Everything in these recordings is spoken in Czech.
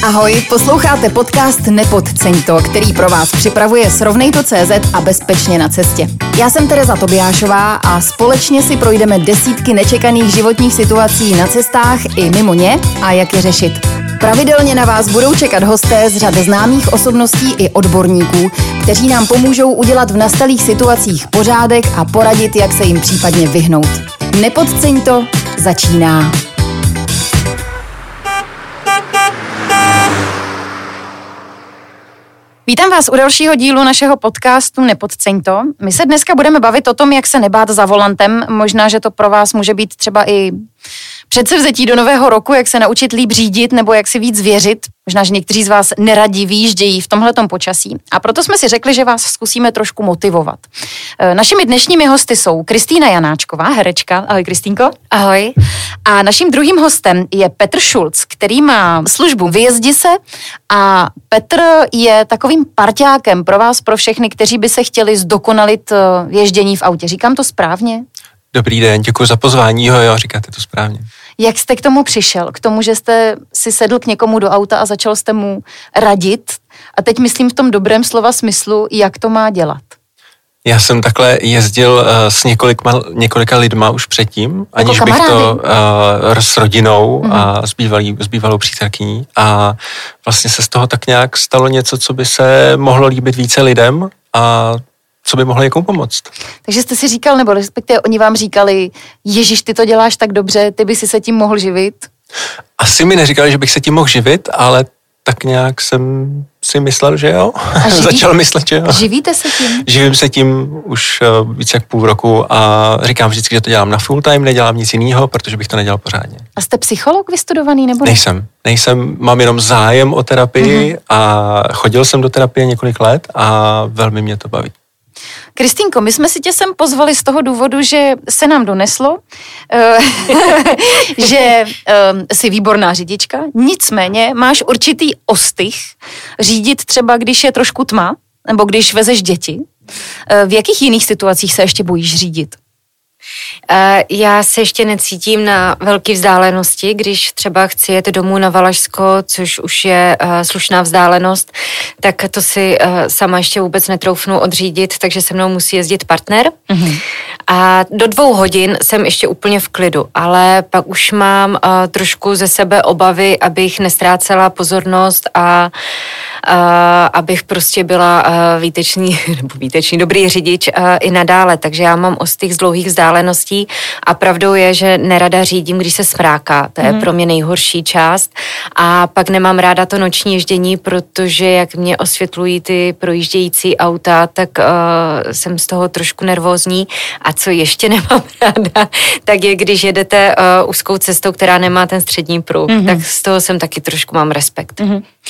Ahoj, posloucháte podcast Nepodceň to, který pro vás připravuje Srovnej.cz a Bezpečně na cestě. Já jsem Tereza Tobiášová a společně si projdeme desítky nečekaných životních situací na cestách i mimo ně a jak je řešit. Pravidelně na vás budou čekat hosté z řady známých osobností i odborníků, kteří nám pomůžou udělat v nastalých situacích pořádek a poradit, jak se jim případně vyhnout. Nepodceň to začíná. Vítám vás u dalšího dílu našeho podcastu Nepodceň to. My se dneska budeme bavit o tom, jak se nebát za volantem. Možná, že to pro vás může být třeba i předsevzetí do nového roku, jak se naučit líp řídit nebo jak si víc věřit. Možná, že někteří z vás neradi výjíždějí v tomhletom počasí. A proto jsme si řekli, že vás zkusíme trošku motivovat. Našimi dnešními hosty jsou Kristýna Janáčková, herečka. Ahoj, Kristýnko. Ahoj. A naším druhým hostem je Petr Šulc, který má službu Vyjezdi se. A Petr je takovým parťákem pro vás, pro všechny, kteří by se chtěli zdokonalit ježdění v autě. Říkám to správně? Dobrý den, děkuji za pozvání, jo, říkáte to správně. Jak jste k tomu přišel? K tomu, že jste si sedl k někomu do auta a začal jste mu radit? A teď myslím v tom dobrém slova smyslu, jak to má dělat. Já jsem takhle jezdil s několika lidma už předtím, aniž kamarády? Bych to s rodinou a s bývalou přítelkyní. A vlastně se z toho tak nějak stalo něco, co by se mohlo líbit více lidem a co by mohlo někomu pomoct. Takže jste si říkal, nebo respektive oni vám říkali, Ježiš, ty to děláš tak dobře, ty by si se tím mohl živit? Asi mi neříkali, že bych se tím mohl živit, ale tak nějak jsem si myslel, že jo. Začal myslet, že jo. Živíte se tím? Živím se tím už více jak půl roku a říkám vždycky, že to dělám na full time, nedělám nic jiného, protože bych to nedělal pořádně. A jste psycholog vystudovaný nebo ne? Nejsem, mám jenom zájem o terapii a chodil jsem do terapie několik let a velmi mě to baví. Kristýnko, my jsme si tě sem pozvali z toho důvodu, že se nám doneslo, že jsi výborná řidička, nicméně máš určitý ostych řídit třeba, když je trošku tma, nebo když vezeš děti. V jakých jiných situacích se ještě bojíš řídit? Já se ještě necítím na velké vzdálenosti, když třeba chci jet domů na Valašsko, což už je slušná vzdálenost, tak to si sama ještě vůbec netroufnu odřídit, takže se mnou musí jezdit partner. A do 2 hodin jsem ještě úplně v klidu, ale pak už mám trošku ze sebe obavy, abych nestrácela pozornost a abych prostě byla výtečný dobrý řidič i nadále, takže já mám ostych z dlouhých vzdáleností a pravdou je, že nerada řídím, když se smráká, to je pro mě nejhorší část a pak nemám ráda to noční ježdění, protože jak mě osvětlují ty projíždějící auta, tak jsem z toho trošku nervózní a co ještě nemám ráda, tak je, když jedete úzkou cestou, která nemá ten střední pruh, tak z toho jsem taky trošku mám respekt.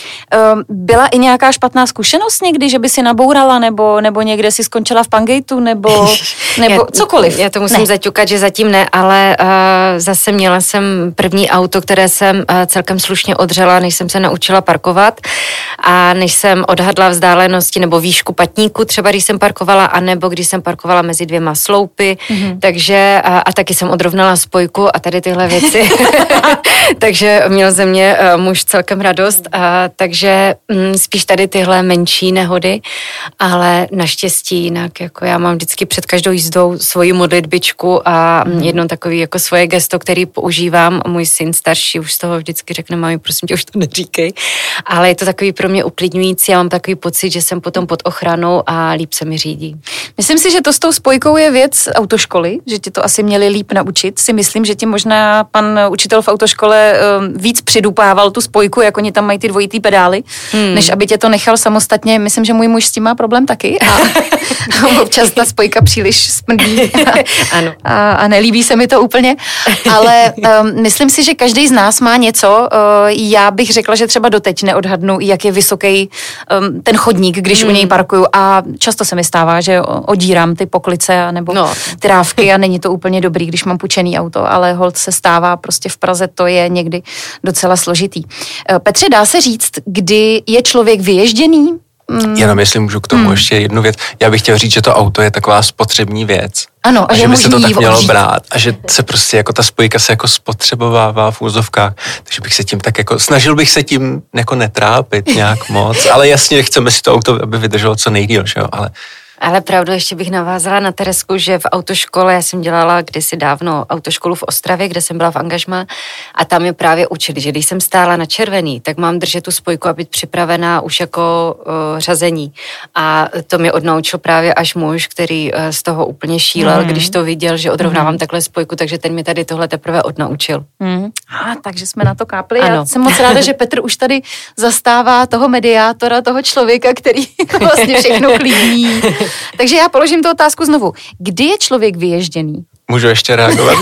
Byla i nějaká špatná zkušenost někdy, že by si nabourala, nebo někde si skončila v Pangejtu, nebo cokoliv? Já to musím zaťukat, že zatím ne, ale zase měla jsem první auto, které jsem celkem slušně odřela, než jsem se naučila parkovat a než jsem odhadla vzdálenosti nebo výšku patníku, třeba když jsem parkovala, anebo když jsem parkovala mezi 2 sloupy, takže a taky jsem odrovnala spojku a tady tyhle věci. Takže měl ze mě muž celkem radost, takže spíš tady tyhle menší nehody, ale naštěstí jinak, jako já mám vždycky před každou jízdou svoji modlitbičku a jedno takový jako svoje gesto, který používám. Můj syn starší už z toho vždycky řekne, mami, prosím tě, už to neříkej. Ale je to takový pro mě uklidňující, já mám takový pocit, že jsem potom pod ochranou a líp se mi řídí. Myslím si, že to s tou spojkou je věc autoškoly, že tě to asi měli líp naučit. Si myslím, že ti možná pan učitel v autoškole víc přidupával tu spojku, jak oni tam mají ty dvojitý pedály, než aby tě to nechal samostatně. Myslím, že můj muž s tím má problém taky a občas ta spojka příliš smrdí ano. A nelíbí se mi to úplně, ale myslím si, že každý z nás má něco. Já bych řekla, že třeba doteď neodhadnu, jak je vysoký ten chodník, když u něj parkuju a často se mi stává, že odírám ty poklice nebo trávky a není to úplně dobrý, když mám půjčený auto, ale holt se stává, prostě v Praze to je někdy docela složitý. Petře, dá se říct, kdy je člověk vyježděný? Jenom jestli můžu k tomu ještě jednu věc. Já bych chtěl říct, že to auto je taková spotřební věc. Ano, a že by se to tak mělo odžít. brát. A že se prostě jako ta spojka se jako spotřebovává v úzovkách. Takže bych se tím tak jako, snažil bych se tím jako netrápit nějak moc. Ale jasně chceme si to auto, aby vydrželo co nejdýl, že jo, Ale pravdu, ještě bych navázala na Teresku, že v autoškole, já jsem dělala kdysi dávno autoškolu v Ostravě, kde jsem byla v angažmá a tam je právě učili, že když jsem stála na červený, tak mám držet tu spojku a být připravená už jako řazení. A to mě odnaučil právě až muž, který z toho úplně šílel, když to viděl, že odrovnávám takhle spojku, takže ten mi tady tohle teprve odnaučil. Takže jsme na to kápli. Ano. Já jsem moc ráda, že Petr už tady zastává toho mediátora, toho člověka, který vlastně všechno klidní. Takže já položím tu otázku znovu. Kdy je člověk vyježděný? Můžu ještě reagovat?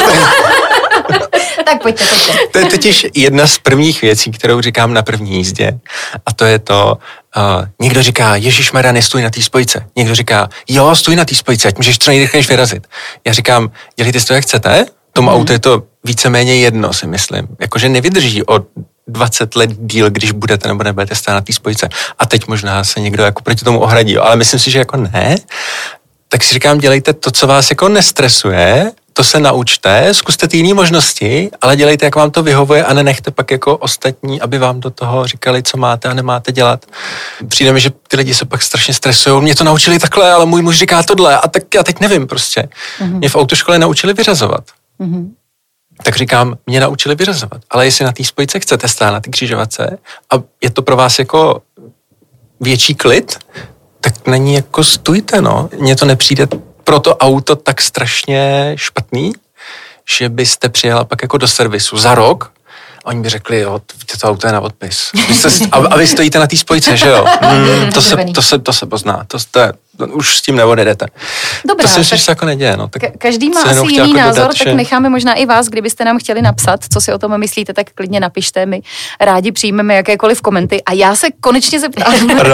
Tak pojďte. To je totiž jedna z prvních věcí, kterou říkám na první jízdě. A to je to, někdo říká, ježišmarja, nestůj na té spojce. Někdo říká, jo, stůj na té spojce, ať můžeš co nejrychleji vyrazit. Já říkám, dělejte si to, jak chcete, tomu autu je to víceméně jedno, si myslím. Jakože nevydrží o 20 let díl, když budete nebo nebudete stát na té spojce. A teď možná se někdo jako proti tomu ohradí, ale myslím si, že jako ne. Tak si říkám, dělejte to, co vás jako nestresuje, to se naučte, zkuste ty jiné možnosti, ale dělejte, jak vám to vyhovuje a nenechte pak jako ostatní, aby vám do toho říkali, co máte a nemáte dělat. Přijde mi, že ty lidi se pak strašně stresují. Mě to naučili takhle, ale můj muž říká tohle a tak já teď nevím prostě. Mě v autoškole naučili vyřazovat. Tak říkám, mě naučili vyřazovat. Ale jestli na té spojce chcete stát na té křižovatce a je to pro vás jako větší klid, tak na ní jako stůjte, no. Mně to nepřijde pro to auto tak strašně špatný, že byste přijela pak jako do servisu za rok a oni by řekli, jo, to auto je na odpis. A vy stojíte na té spojce, že jo? To se pozná. Už s tím neodjedete. Dobrá, to si myslím, že se jako neděje. No. Tak každý má asi jiný názor, tak necháme možná i vás, kdybyste nám chtěli napsat, co si o tom myslíte, tak klidně napište, my rádi přijmeme jakékoliv komenty. A já se konečně zeptám,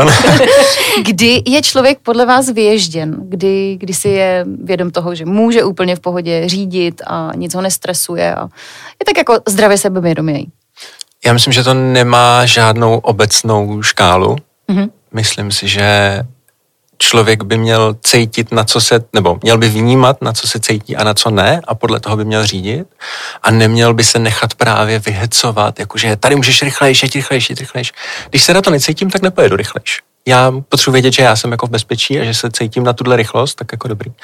kdy je člověk podle vás vyježděn? Kdy si je vědom toho, že může úplně v pohodě řídit a nic ho nestresuje a je tak jako zdravě sebevědoměj? Já myslím, že to nemá žádnou obecnou škálu. Myslím si, že člověk by měl cítit, na co se, nebo měl by vnímat, na co se cítí a na co ne a podle toho by měl řídit a neměl by se nechat právě vyhecovat, jakože tady můžeš rychlejš. Když se na to necítím, tak nepojedu rychlejš. Já potřebuji vědět, že já jsem jako v bezpečí a že se cítím na tuhle rychlost, tak jako dobrý.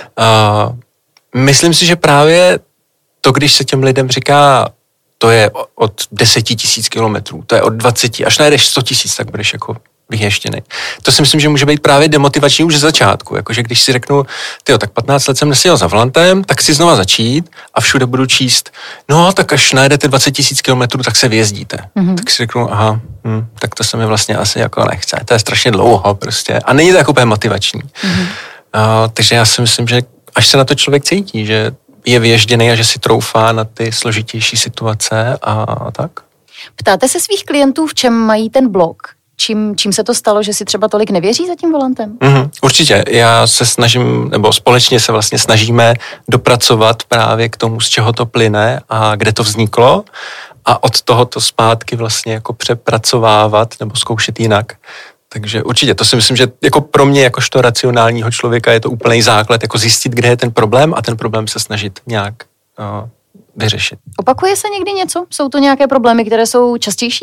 Myslím si, že právě to, když se těm lidem říká, to je od 10 000 kilometrů, to je od 20, až najedeš 100 000, tak budeš jako vyhěštěný. To si myslím, že může být právě demotivační už ze začátku. Jakože když si řeknu, tak 15 let jsem neseděl za volantem, tak si znova začít a všude budu číst, no tak až najedete 20 000 kilometrů, tak se vyjezdíte. Tak si řeknu, tak to se mi vlastně asi jako nechce. To je strašně dlouho prostě. A není to jako úplně motivační. Takže já si myslím, že až se na to člověk cítí, že je vyježděný a že si troufá na ty složitější situace a tak. Ptáte se svých klientů, v čem mají ten blok? Čím se to stalo, že si třeba tolik nevěří za tím volantem? Určitě. Já se snažím, nebo společně se vlastně snažíme dopracovat právě k tomu, z čeho to plyne a kde to vzniklo a od toho to zpátky vlastně jako přepracovávat nebo zkoušet jinak. Takže určitě, to si myslím, že jako pro mě, jakožto racionálního člověka, je to úplný základ, jako zjistit, kde je ten problém a ten problém se snažit nějak vyřešit. Opakuje se někdy něco? Jsou to nějaké problémy, které jsou častější?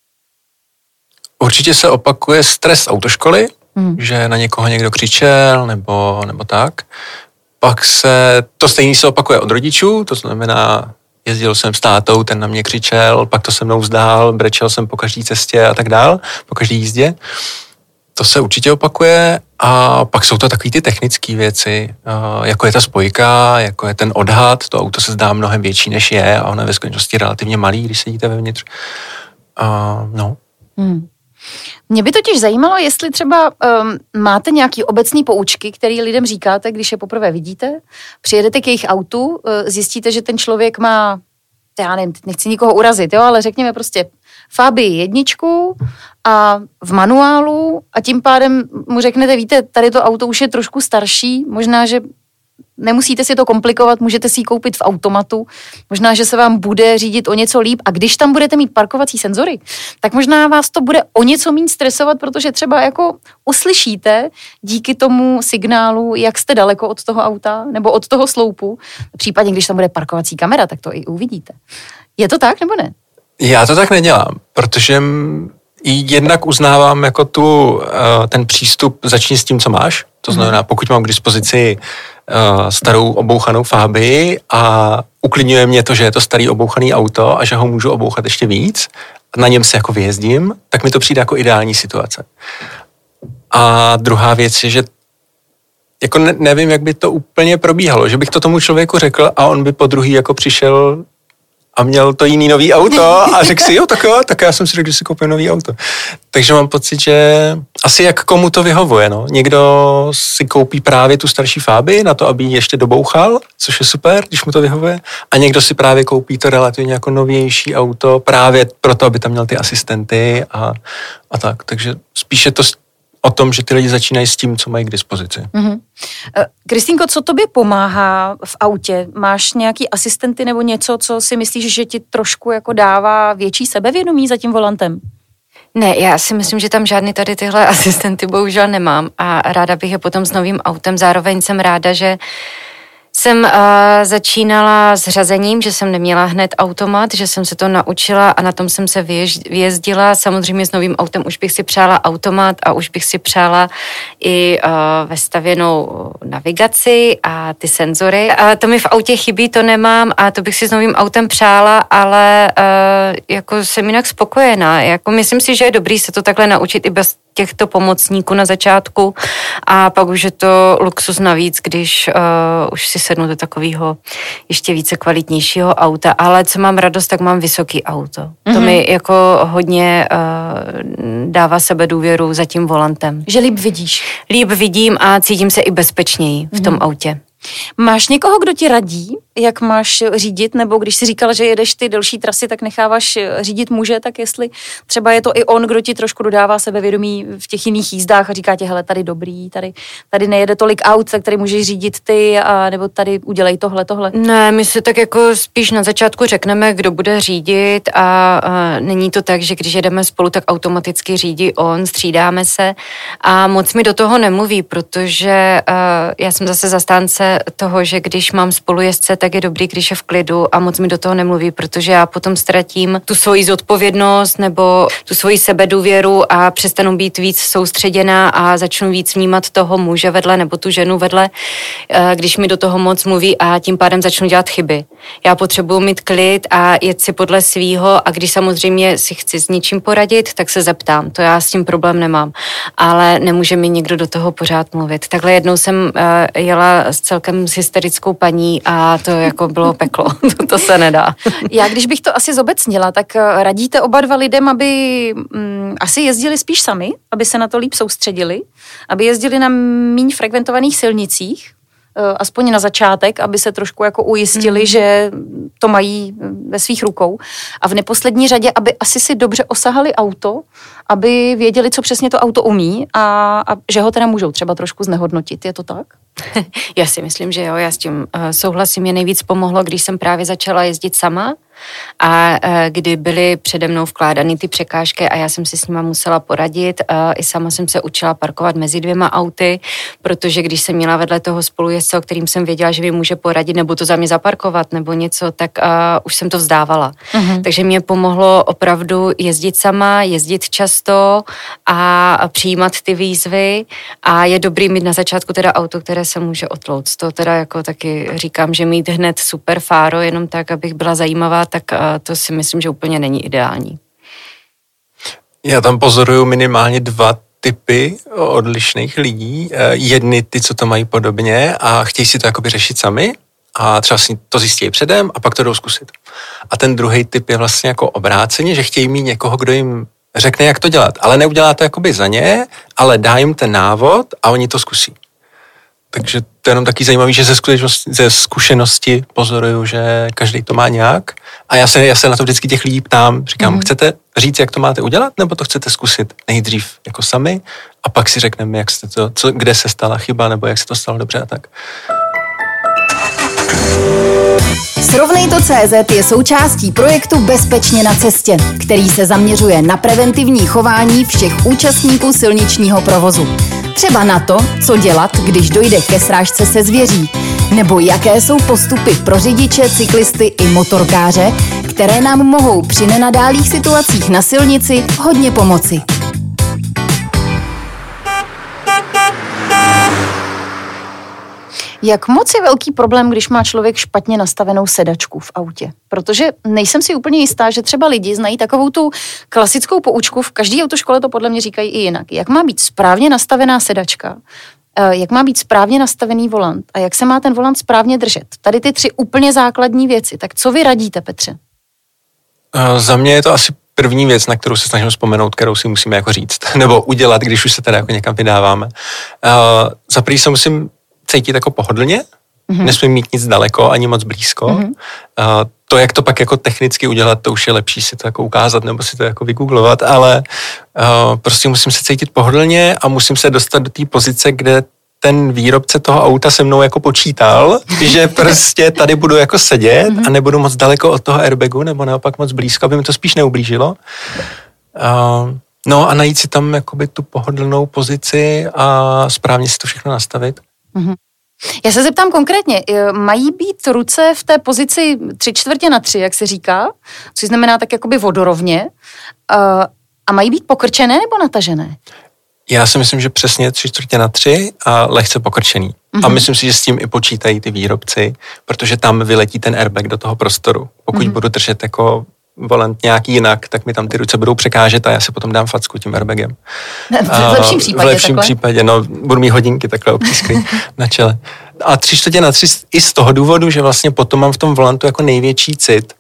Určitě se opakuje stres autoškoly, že na někoho někdo křičel nebo tak. Pak to stejné se opakuje od rodičů, to znamená, jezdil jsem s tátou, ten na mě křičel, pak to se mnou vzdál, brečel jsem po každé cestě a tak dál, po každé jízdě. To se určitě opakuje a pak jsou to takový ty technické věci, jako je ta spojka, jako je ten odhad, to auto se zdá mnohem větší, než je a ono je ve skutečnosti relativně malý, když sedíte vevnitř. Mě by totiž zajímalo, jestli třeba máte nějaký obecný poučky, který lidem říkáte, když je poprvé vidíte, přijedete k jejich autu, zjistíte, že ten člověk má, já nevím, nechci nikoho urazit, jo, ale řekněme prostě Fabii 1 a v manuálu a tím pádem mu řeknete, víte, tady to auto už je trošku starší, možná, že nemusíte si to komplikovat, můžete si ji koupit v automatu, možná, že se vám bude řídit o něco líp a když tam budete mít parkovací senzory, tak možná vás to bude o něco méně stresovat, protože třeba jako uslyšíte díky tomu signálu, jak jste daleko od toho auta nebo od toho sloupu. Případně, když tam bude parkovací kamera, tak to i uvidíte. Je to tak, nebo ne? Já to tak nedělám, protože jednak uznávám jako ten přístup, začni s tím, co máš. To znamená, pokud mám k dispozici starou obouchanou Fabii a uklidňuje mě to, že je to starý obouchaný auto a že ho můžu obouchat ještě víc, na něm se jako vyjezdím, tak mi to přijde jako ideální situace. A druhá věc je, že jako nevím, jak by to úplně probíhalo, že bych to tomu člověku řekl a on by po druhý jako přišel a měl to jiný nový auto a řekl si, jo, tak já jsem si řekl, že si koupím nový auto. Takže mám pocit, že asi jak komu to vyhovuje, no. Někdo si koupí právě tu starší Fabii na to, aby ji ještě dobouchal, což je super, když mu to vyhovuje, a někdo si právě koupí to relativně jako novější auto právě proto, aby tam měl ty asistenty a tak. Takže spíše to o tom, že ty lidi začínají s tím, co mají k dispozici. Mm-hmm. Kristýnko, co tobě pomáhá v autě? Máš nějaký asistenty nebo něco, co si myslíš, že ti trošku jako dává větší sebevědomí za tím volantem? Ne, já si myslím, že tam žádný tady tyhle asistenty bohužel nemám a ráda bych je potom s novým autem. Zároveň jsem ráda, že jsem začínala s řazením, že jsem neměla hned automat, že jsem se to naučila a na tom jsem se vyjezdila. Samozřejmě s novým autem už bych si přála automat a už bych si přála i vestavěnou navigaci a ty senzory. A to mi v autě chybí, to nemám a to bych si s novým autem přála, ale jako jsem jinak spokojená. Jako myslím si, že je dobrý se to takhle naučit i bez těchto pomocníků na začátku a pak už je to luxus navíc, když už si sednu do takového ještě více kvalitnějšího auta, ale co mám radost, tak mám vysoký auto. Mm-hmm. To mi jako hodně dává sebedůvěru za tím volantem. Že líp vidíš. Líp vidím a cítím se i bezpečněji v tom autě. Máš někoho, kdo ti radí, jak máš řídit, nebo když jsi říkala, že jedeš ty delší trasy, tak necháváš řídit muže, tak jestli třeba je to i on, kdo ti trošku dodává sebevědomí v těch jiných jízdách a říká ti, hele, tady dobrý, tady nejede tolik aut, tak tady můžeš řídit ty, a nebo tady udělej tohle. Ne, my si tak jako spíš na začátku řekneme, kdo bude řídit a není to tak, že když jedeme spolu, tak automaticky řídí on, střídáme se a moc mi do toho nemluví, protože já jsem zase zastánce toho, že když mám spolujezdce, tak je dobrý, když je v klidu a moc mi do toho nemluví, protože já potom ztratím tu svoji zodpovědnost nebo tu svoji sebedůvěru a přestanu být víc soustředěná a začnu víc vnímat toho muže vedle nebo tu ženu vedle, když mi do toho moc mluví a tím pádem začnu dělat chyby. Já potřebuji mít klid a jet si podle svýho a když samozřejmě si chci s něčím poradit, tak se zeptám. To já s tím problém nemám, ale nemůže mi někdo do toho pořád mluvit. Takhle jednou jsem jela celkem s hysterickou paní a to jako bylo peklo. To se nedá. Já když bych to asi zobecnila, tak radíte oba dva lidem, aby asi jezdili spíš sami, aby se na to líp soustředili, aby jezdili na méně frekventovaných silnicích, aspoň na začátek, aby se trošku jako ujistili, že to mají ve svých rukou. A v neposlední řadě, aby asi si dobře osahali auto, aby věděli, co přesně to auto umí a že ho teda můžou třeba trošku znehodnotit. Je to tak? Já si myslím, že jo, já s tím souhlasím. Mě nejvíc pomohlo, když jsem právě začala jezdit sama a kdy byly přede mnou vkládány ty překážky a já jsem si s nima musela poradit. I sama jsem se učila parkovat mezi dvěma auty, protože když jsem měla vedle toho spolujezdce, o kterým jsem věděla, že mi může poradit nebo to za mě zaparkovat nebo něco, tak už jsem to vzdávala. Takže mě pomohlo opravdu jezdit sama, jezdit často a přijímat ty výzvy a je dobrý mít na začátku teda auto, které se může otlouct. To teda jako taky říkám, že mít hned super fáro, jenom tak, abych byla zajímavá, tak to si myslím, že úplně není ideální. Já tam pozoruju minimálně 2 typy odlišných lidí. Jedny ty, co to mají podobně a chtějí si to jakoby řešit sami a třeba si to zjistí předem a pak to jdou zkusit. A ten druhý typ je vlastně jako obráceně, že chtějí mít někoho, kdo jim řekne, jak to dělat, ale neudělá to jakoby za ně, ale dá jim ten návod a oni to zkusí. Takže to je jenom taky zajímavý, že ze zkušenosti pozoruju, že každý to má nějak. A já se na to vždycky těch lidí ptám, říkám, chcete říct, jak to máte udělat, nebo to chcete zkusit nejdřív jako sami a pak si řekneme, jak jste kde se stala chyba, nebo jak se to stalo dobře a tak. Srovnej.cz je součástí projektu Bezpečně na cestě, který se zaměřuje na preventivní chování všech účastníků silničního provozu. Třeba na to, co dělat, když dojde ke srážce se zvěří, nebo jaké jsou postupy pro řidiče, cyklisty i motorkáře, které nám mohou při nenadálých situacích na silnici hodně pomoci. Jak moc je velký problém, když má člověk špatně nastavenou sedačku v autě? Protože nejsem si úplně jistá, že třeba lidi znají takovou tu klasickou poučku, v každé autoškole to podle mě říkají i jinak. Jak má být správně nastavená sedačka, jak má být správně nastavený volant a jak se má ten volant správně držet. Tady ty 3 úplně základní věci. Tak co vy radíte, Petře? Za mě je to asi první věc, na kterou se snažím vzpomenout, kterou si musíme jako říct, nebo udělat, když už se teda jako někam vydáváme. Za první se musím cítit jako pohodlně, nesmím mít nic daleko, ani moc blízko. To, jak to pak jako technicky udělat, to už je lepší si to jako ukázat nebo si to jako vygooglovat, ale prostě musím se cítit pohodlně a musím se dostat do té pozice, kde ten výrobce toho auta se mnou jako počítal, že prostě tady budu jako sedět a nebudu moc daleko od toho airbagu nebo naopak moc blízko, aby mi to spíš neublížilo. No a najít si tam jakoby tu pohodlnou pozici a správně si to všechno nastavit. Já se zeptám konkrétně, mají být ruce v té pozici 3/4 jak se říká, což znamená tak jakoby vodorovně, a mají být pokrčené nebo natažené? Já si myslím, že přesně 3/4 a lehce pokrčený. A myslím si, že s tím i počítají ty výrobci, protože tam vyletí ten airbag do toho prostoru. Pokud budu držet jako volant nějak jinak, tak mi tam ty ruce budou překážet a já se potom dám facku tím airbagem. V lepším případě. V lepším případě, no, budu mít hodinky takhle obtísklý na čele. A 3/4 i z toho důvodu, že vlastně potom mám v tom volantu jako největší cit.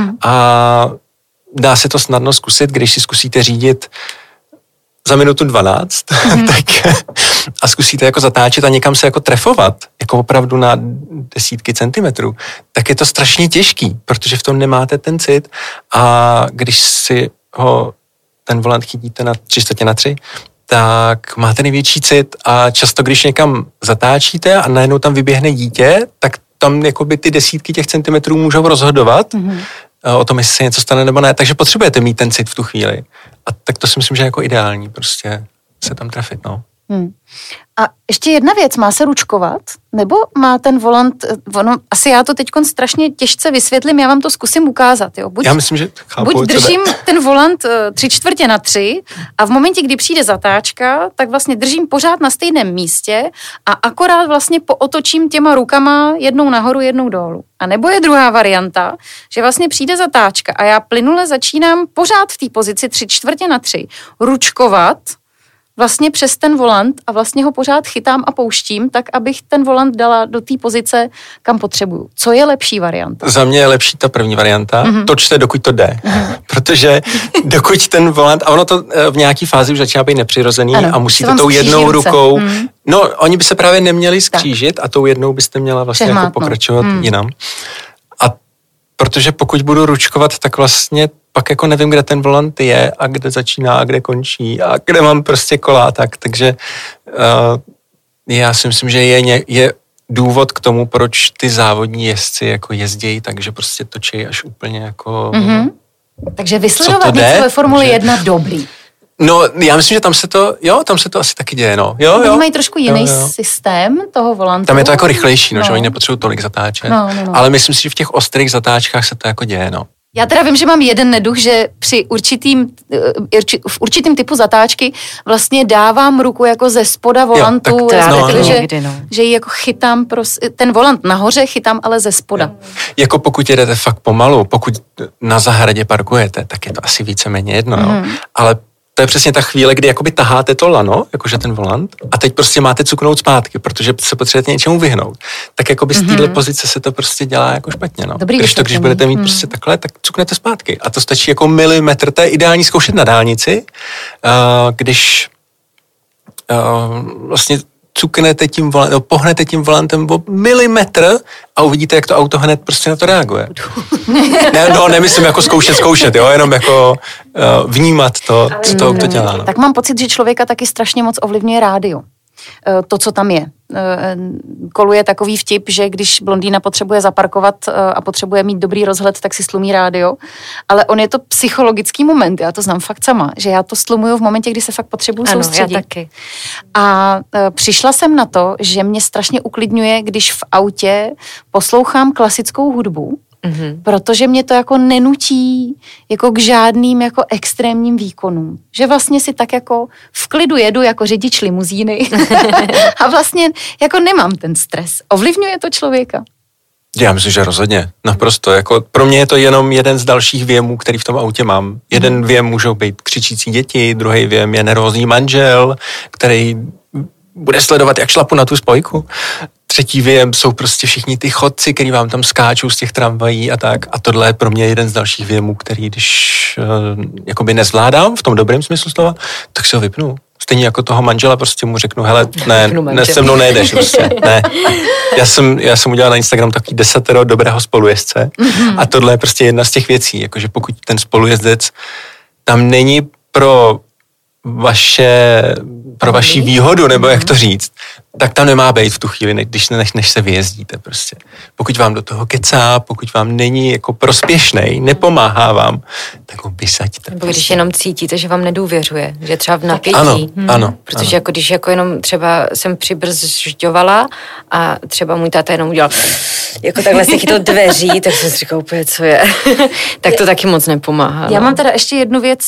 A dá se to snadno zkusit, když si zkusíte řídit za minutu 12, tak a zkusíte jako zatáčet a někam se jako trefovat, jako opravdu na desítky centimetrů, tak je to strašně těžký, protože v tom nemáte ten cit a když si ho ten volant chytíte na 3/4, tak máte největší cit a často, když někam zatáčíte a najednou tam vyběhne dítě, tak tam jakoby ty desítky těch centimetrů můžou rozhodovat o tom, jestli se něco stane nebo ne, takže potřebujete mít ten cit v tu chvíli. A tak to si myslím, že je jako ideální, prostě se tam trefit, no. A ještě jedna věc, má se ručkovat? Nebo má ten volant, asi já to teďkon strašně těžce vysvětlím, já vám to zkusím ukázat, jo. Já myslím, že chápu. Buď držím ten volant 3/4 a v momentě, kdy přijde zatáčka, tak vlastně držím pořád na stejném místě a akorát vlastně pootočím těma rukama jednou nahoru, jednou dolů. A nebo je druhá varianta, že vlastně přijde zatáčka a já plynule začínám pořád v té pozici 3/4 ručkovat vlastně přes ten volant a vlastně ho pořád chytám a pouštím, tak abych ten volant dala do té pozice, kam potřebuju. Co je lepší varianta? Za mě je lepší ta první varianta. Točte, dokud to jde. Protože dokud ten volant, a ono to v nějaký fázi už začíná být nepřirozený a musíte tou jednou rukou, no oni by se právě neměli skřížit a tou jednou byste měla vlastně jako pokračovat jinam. A protože pokud budu ručkovat, tak vlastně pak jako nevím, kde ten volant je a kde začíná a kde končí a kde mám prostě kola, takže já si myslím, že je důvod k tomu, proč ty závodní jezdci jako jezdějí, takže prostě točí až úplně jako... Takže vysledovat něco ve Formuli 1 dobrý. No, já myslím, že tam se to asi taky děje, no. Oni mají trošku jiný systém toho volantu. Tam je to jako rychlejší, že oni nepotřebují tolik zatáčet. Ale myslím si, že v těch ostrých zatáčkách se to jako děje, no. Já teda vím, že mám jeden neduch, že při v určitým typu zatáčky vlastně dávám ruku jako ze spoda volantu, že ji jako chytám, ten volant nahoře chytám, ale ze spoda. Jako pokud jedete fakt pomalu, pokud na zahradě parkujete, tak je to asi víceméně jedno, no. Ale to je přesně ta chvíle, kdy jakoby taháte to lano, jakože ten volant, a teď prostě máte cuknout zpátky, protože se potřebujete něčemu vyhnout. Tak jakoby z téhle pozice se to prostě dělá jako špatně, no. Když budete mít prostě takhle, tak cuknete zpátky. A to stačí jako milimetr, to je ideální zkoušet na dálnici, když vlastně cuknete tím volantem, pohnete tím volantem o milimetr a uvidíte, jak to auto hned prostě na to reaguje. Nemyslím jako zkoušet, jo, jenom jako vnímat to, co to auto dělá. No. Tak mám pocit, že člověka taky strašně moc ovlivňuje rádio. to, co tam je. Koluje takový vtip, že když blondýna potřebuje zaparkovat a potřebuje mít dobrý rozhled, tak si stlumí rádio, ale on je to psychologický moment, já to znám fakt sama, že já to stlumuju v momentě, kdy se fakt potřebuju soustředit. Já taky. A přišla jsem na to, že mě strašně uklidňuje, když v autě poslouchám klasickou hudbu, protože mě to jako nenutí jako k žádným jako extrémním výkonům. Že vlastně si tak jako v klidu jedu jako řidič limuzíny a vlastně jako nemám ten stres. Ovlivňuje to člověka? Já myslím, že rozhodně. Naprosto. Jako pro mě je to jenom jeden z dalších věmů, který v tom autě mám. Jeden věm můžou být křičící děti, druhý věm je nervózní manžel, který bude sledovat, jak šlapu na tu spojku. Třetí věm jsou prostě všichni ty chodci, který vám tam skáčou z těch tramvají a tak. A tohle je pro mě jeden z dalších věmů, který když jakoby nezvládám v tom dobrém smyslu slova, tak se ho vypnu. Stejně jako toho manžela prostě mu řeknu, hele, ne se mnou nejedeš prostě, ne. Já jsem udělal na Instagram takový 10 dobrého spolujezdce a tohle je prostě jedna z těch věcí, jakože pokud ten spolujezdec tam není pro vaši výhodu, nebo jak to říct, tak tam nemá být v tu chvíli, než se vyjezdíte prostě. Pokud vám do toho kecá, pokud vám není jako prospěšnej, nepomáhá vám, tak ho vysaďte. Nebo když jenom cítíte, že vám nedůvěřuje, že třeba v napětí. Ano. Protože jako když jako jenom třeba jsem přibrzďovala a třeba můj táta jenom udělal jako takhle se chytl dveří, tak jsem si říkal úplně, co je. Tak to taky moc nepomáhá. Já mám teda ještě jednu věc,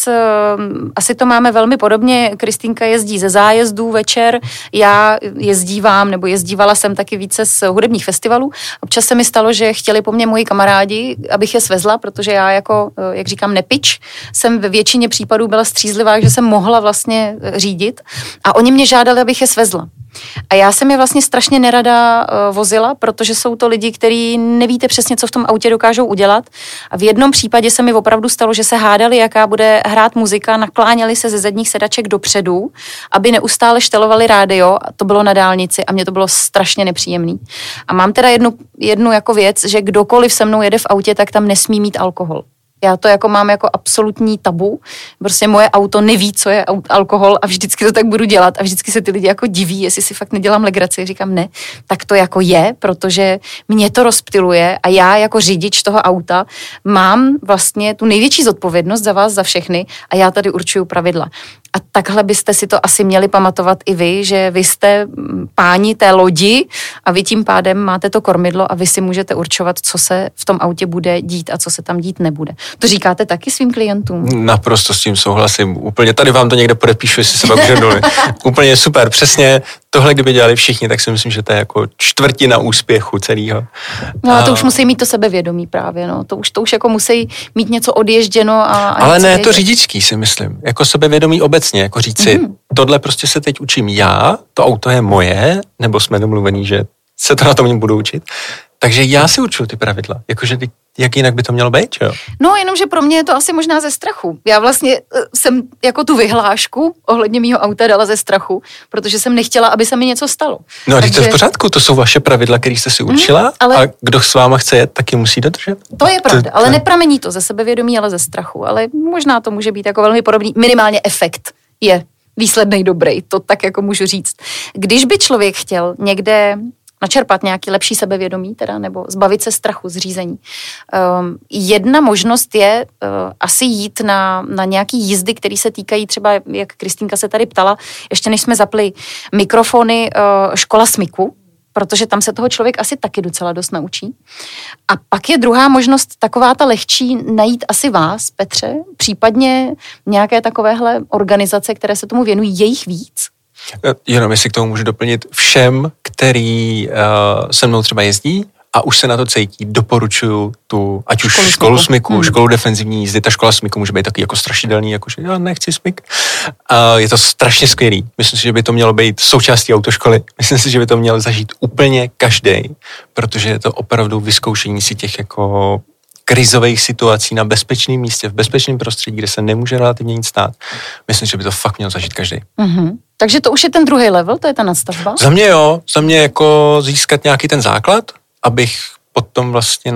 asi to máme velmi podobně. Kristýnka jezdí ze zájezdů večer, já jezdívala jsem taky více z hudebních festivalů. Občas se mi stalo, že chtěli po mně moji kamarádi, abych je svezla, protože já jako, jak říkám, nepič, jsem ve většině případů byla střízlivá, že jsem mohla vlastně řídit a oni mě žádali, abych je svezla. A já jsem je vlastně strašně nerada vozila, protože jsou to lidi, kteří nevíte přesně, co v tom autě dokážou udělat. A v jednom případě se mi opravdu stalo, že se hádali, jaká bude hrát muzika, nakláněli se ze zadních sedaček dopředu, aby neustále štelovali rádio, a to bylo na dálnici a mě to bylo strašně nepříjemný. A mám teda jednu jako věc, že kdokoliv se mnou jede v autě, tak tam nesmí mít alkohol. Já to jako mám jako absolutní tabu. Prostě moje auto neví, co je alkohol a vždycky to tak budu dělat a vždycky se ty lidi jako diví, jestli si fakt nedělám legraci. Říkám ne, tak to jako je, protože mě to rozptyluje a já jako řidič toho auta mám vlastně tu největší zodpovědnost za vás, za všechny a já tady určuju pravidla. A takhle byste si to asi měli pamatovat i vy, že vy jste páni té lodi a vy tím pádem máte to kormidlo a vy si můžete určovat, co se v tom autě bude dít a co se tam dít nebude. To říkáte taky svým klientům? Naprosto s tím souhlasím. Úplně tady vám to někde podepíšu, jestli se pak užerduli. Úplně super, přesně. Tohle, kdyby dělali všichni, tak si myslím, že to je jako čtvrtina úspěchu celého. No a to už musí mít to sebevědomí právě, no. To už jako musí mít něco odježděno ale ne to řidičský, si myslím. Jako sebevědomí obecně, jako říct si, tohle prostě se teď učím já, to auto je moje, nebo jsme domluvení, že se to na tom budu učit. Takže já si určuju ty pravidla. Jakože jak jinak by to mělo být, jo? No, jenomže pro mě je to asi možná ze strachu. Já vlastně jsem jako tu vyhlášku ohledně mýho auta dala ze strachu, protože jsem nechtěla, aby se mi něco stalo. No a takže... to je v pořádku, to jsou vaše pravidla, které jste si určila a kdo s váma chce jet, tak je musí dodržet. To je pravda, ale nepramení to ze sebevědomí, ale ze strachu. Ale možná to může být jako velmi podobný, minimálně efekt je výslednej dobrý, to tak jako můžu říct. Když by člověk chtěl někde načerpat nějaký lepší sebevědomí, teda, nebo zbavit se strachu z řízení. Jedna možnost je asi jít na nějaký jízdy, které se týkají třeba, jak Kristýnka se tady ptala, ještě než jsme zapli mikrofony, škola smyku, protože tam se toho člověk asi taky docela dost naučí. A pak je druhá možnost, taková ta lehčí, najít asi vás, Petře, případně nějaké takovéhle organizace, které se tomu věnují, je jich víc. Jenom jestli k tomu můžu doplnit, všem, který se mnou třeba jezdí a už se na to cítí, doporučuju tu, ať už školu smyku, školu defenzivní jízdy, ta škola smyku může být taky jako strašidelný, jakože já nechci smyk. Je to strašně skvělý. Myslím si, že by to mělo být součástí autoškoly. Myslím si, že by to měl zažít úplně každý, protože je to opravdu vyzkoušení si těch jako krizových situací na bezpečném místě, v bezpečném prostředí, kde se nemůže relativně nic stát. Myslím, že by to fakt měl zažít každý. Mm-hmm. Takže to už je ten druhý level, to je ta nadstavba? Za mě jo, za mě jako získat nějaký ten základ, abych potom vlastně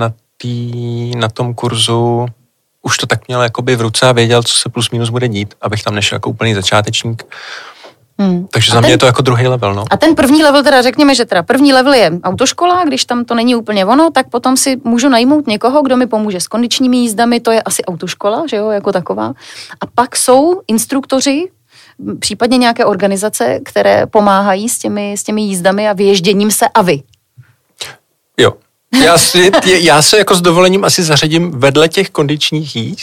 na tom kurzu už to tak měl jakoby v ruce a věděl, co se plus minus bude dít, abych tam nešel jako úplný začátečník. Takže za mě je to jako druhý level, no. A ten první level, teda řekněme, že teda první level je autoškola, když tam to není úplně ono, tak potom si můžu najmout někoho, kdo mi pomůže s kondičními jízdami, to je asi autoškola, že jo, jako taková. A pak jsou instruktoři, případně nějaké organizace, které pomáhají s těmi jízdami a vyježděním se a vy. Jo. Já se jako s dovolením asi zařadím vedle těch kondičních jízd,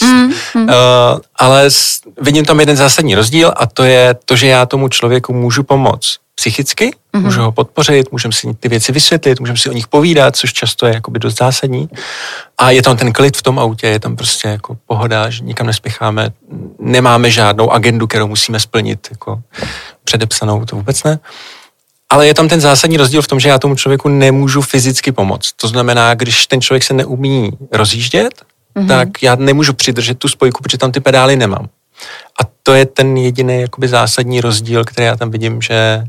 ale vidím tam jeden zásadní rozdíl a to je to, že já tomu člověku můžu pomoct psychicky, můžu ho podpořit, můžeme si ty věci vysvětlit, můžeme si o nich povídat, což často je jakoby dost zásadní. A je tam ten klid v tom autě, je tam prostě jako pohoda, že nikam nespěcháme, nemáme žádnou agendu, kterou musíme splnit, jako předepsanou, to vůbec ne. Ale je tam ten zásadní rozdíl v tom, že já tomu člověku nemůžu fyzicky pomoct. To znamená, když ten člověk se neumí rozjíždět, tak já nemůžu přidržet tu spojku, protože tam ty pedály nemám. A to je ten jediný jakoby zásadní rozdíl, který já tam vidím, že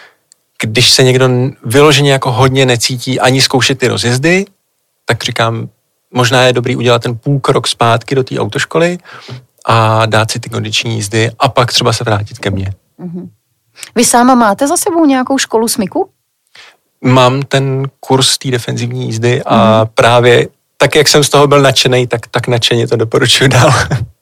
když se někdo vyloženě jako hodně necítí ani zkoušet ty rozjezdy, tak říkám, možná je dobrý udělat ten půl krok zpátky do té autoškoly a dát si ty kondiční jízdy a pak třeba se vrátit ke mně. Vy sama máte za sebou nějakou školu smyku? Mám ten kurz té defenzivní jízdy a právě tak, jak jsem z toho byl nadšenej, tak nadšeně to doporučuji dál.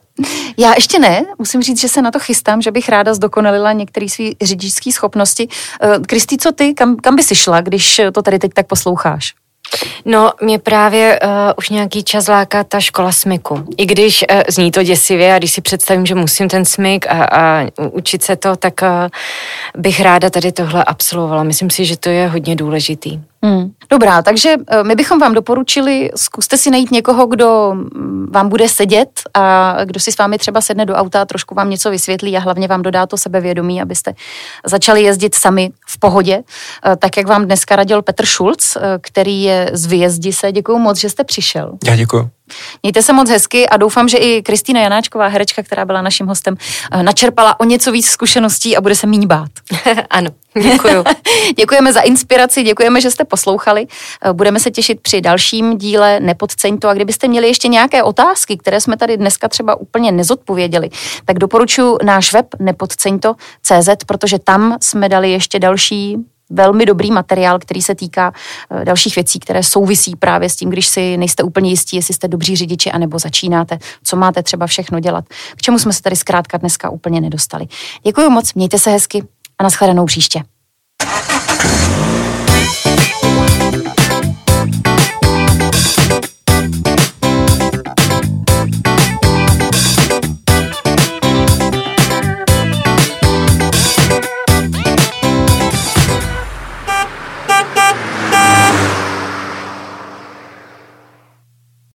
Já ještě ne, musím říct, že se na to chystám, že bych ráda zdokonalila některé své řidičské schopnosti. Kristý, co ty? Kam by si šla, když to tady teď tak posloucháš? No, mě právě už nějaký čas láká ta škola smyku. I když zní to děsivě a když si představím, že musím ten smyk a učit se to, tak bych ráda tady tohle absolvovala. Myslím si, že to je hodně důležitý. Dobrá, takže my bychom vám doporučili, zkuste si najít někoho, kdo vám bude sedět a kdo si s vámi třeba sedne do auta a trošku vám něco vysvětlí a hlavně vám dodá to sebevědomí, abyste začali jezdit sami v pohodě, tak jak vám dneska radil Petr Šulc, který je z Vyjezdise. Děkuju moc, že jste přišel. Já děkuju. Mějte se moc hezky a doufám, že i Kristýna Janáčková, herečka, která byla naším hostem, načerpala o něco víc zkušeností a bude se míň bát. Ano, děkuju. Děkujeme za inspiraci, děkujeme, že jste poslouchali. Budeme se těšit při dalším díle Nepodceň to a kdybyste měli ještě nějaké otázky, které jsme tady dneska třeba úplně nezodpověděli, tak doporučuji náš web nepodceňto.cz, protože tam jsme dali ještě další velmi dobrý materiál, který se týká dalších věcí, které souvisí právě s tím, když si nejste úplně jistí, jestli jste dobří řidiči, anebo začínáte, co máte třeba všechno dělat, k čemu jsme se tady zkrátka dneska úplně nedostali. Děkuji moc, mějte se hezky a nashledanou příště.